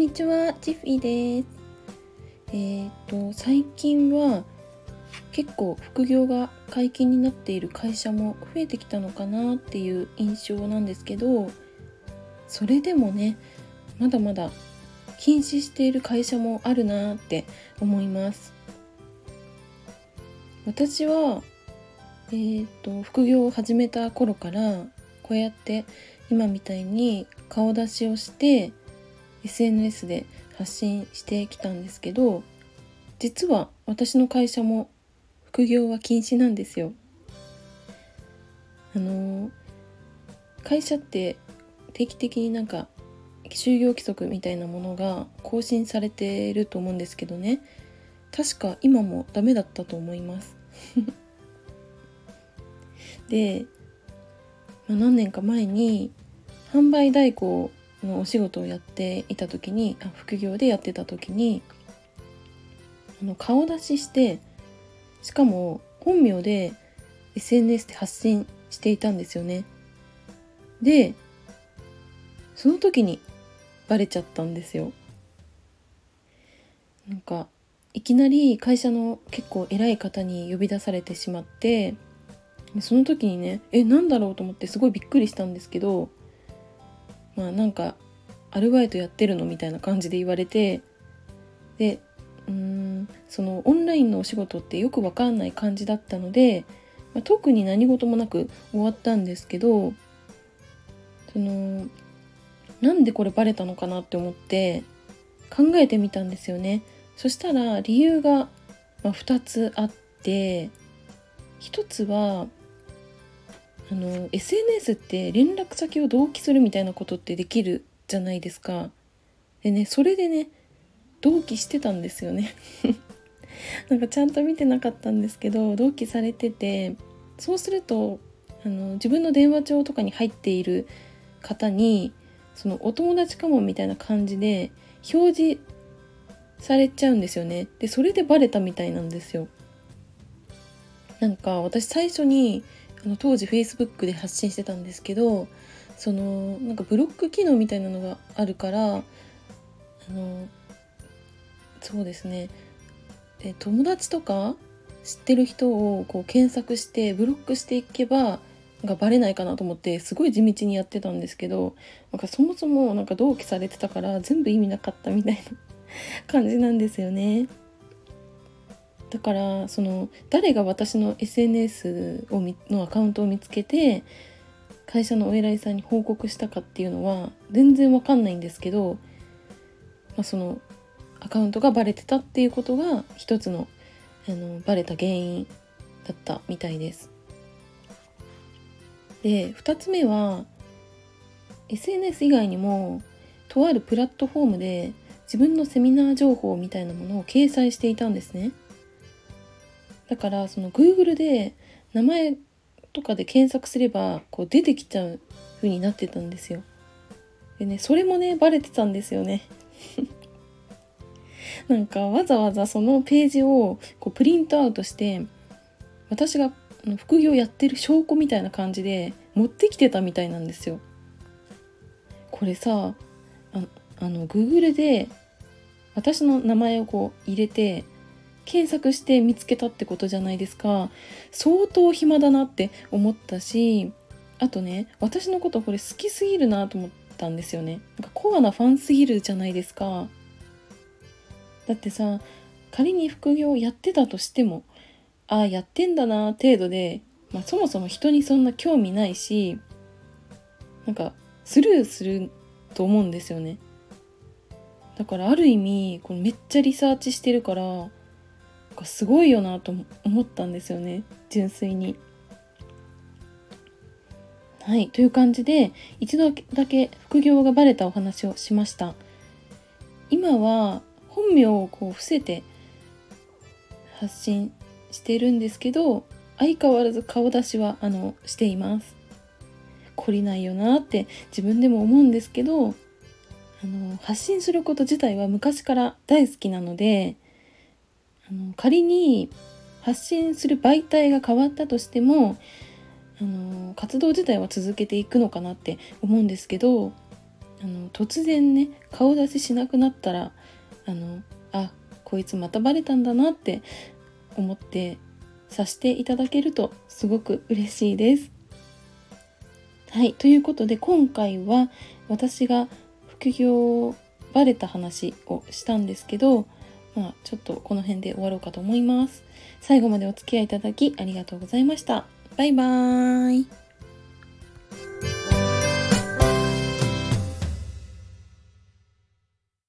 にちは、チフィです。最近は結構副業が解禁になっている会社も増えてきたのかなっていう印象なんですけど、それでもね、まだまだ禁止している会社もあるなって思います。私は、副業を始めた頃からこうやって今みたいに顔出しをしてSNS で発信してきたんですけど、実は私の会社も副業は禁止なんですよ。会社って定期的に就業規則みたいなものが更新されていると思うんですけどね、確か今もダメだったと思いますで、何年か前に販売代行のお仕事をやっていた時に、副業でやってた時に顔出しして、しかも本名で SNS で発信していたんですよね。で、その時にバレちゃったんですよ。いきなり会社の結構偉い方に呼び出されてしまって、その時にね、なんだろうと思ってすごいびっくりしたんですけど、アルバイトやってるのみたいな感じで言われて、で、そのオンラインのお仕事ってよくわかんない感じだったので、特に何事もなく終わったんですけど、なんでこれバレたのかなって思って考えてみたんですよね。そしたら理由が2つあって、1つはSNS って連絡先を同期するみたいなことってできるじゃないですか。でね、それでね、同期してたんですよねちゃんと見てなかったんですけど、同期されてて、そうすると自分の電話帳とかに入っている方にそのお友達かもみたいな感じで表示されちゃうんですよね。で、それでバレたみたいなんですよ。私最初に当時 Facebook で発信してたんですけど、ブロック機能みたいなのがあるから、そうですね、友達とか知ってる人をこう検索してブロックしていけばバレないかなと思ってすごい地道にやってたんですけど、そもそも同期されてたから全部意味なかったみたいな感じなんですよね。だから誰が私の SNS のアカウントを見つけて会社のお偉いさんに報告したかっていうのは全然わかんないんですけど、そのアカウントがバレてたっていうことが一つのバレた原因だったみたいです。で、2つ目は SNS 以外にもとあるプラットフォームで自分のセミナー情報みたいなものを掲載していたんですね。だからGoogle で名前とかで検索すればこう出てきちゃう風になってたんですよ。でね、それもねバレてたんですよねわざわざそのページをこうプリントアウトして私が副業やってる証拠みたいな感じで持ってきてたみたいなんですよ。これさ、Google で私の名前をこう入れて検索して見つけたってことじゃないですか。相当暇だなって思ったし、あとね、私のことこれ好きすぎるなと思ったんですよね。コアなファンすぎるじゃないですか。だってさ、仮に副業やってたとしても、やってんだな程度で、そもそも人にそんな興味ないし、スルーすると思うんですよね。だからある意味これめっちゃリサーチしてるからすごいよなと思ったんですよね、純粋に。はい、という感じで一度だけ副業がバレたお話をしました。今は本名をこう伏せて発信しているんですけど、相変わらず顔出しはしています。懲りないよなって自分でも思うんですけど、発信すること自体は昔から大好きなので、仮に発信する媒体が変わったとしても活動自体は続けていくのかなって思うんですけど、 突然ね顔出ししなくなったらこいつまたバレたんだなって思って察していただけるとすごく嬉しいです。はい、ということで今回は私が副業バレた話をしたんですけど、ちょっとこの辺で終わろうかと思います。最後までお付き合いいただきありがとうございました。バイバーイ。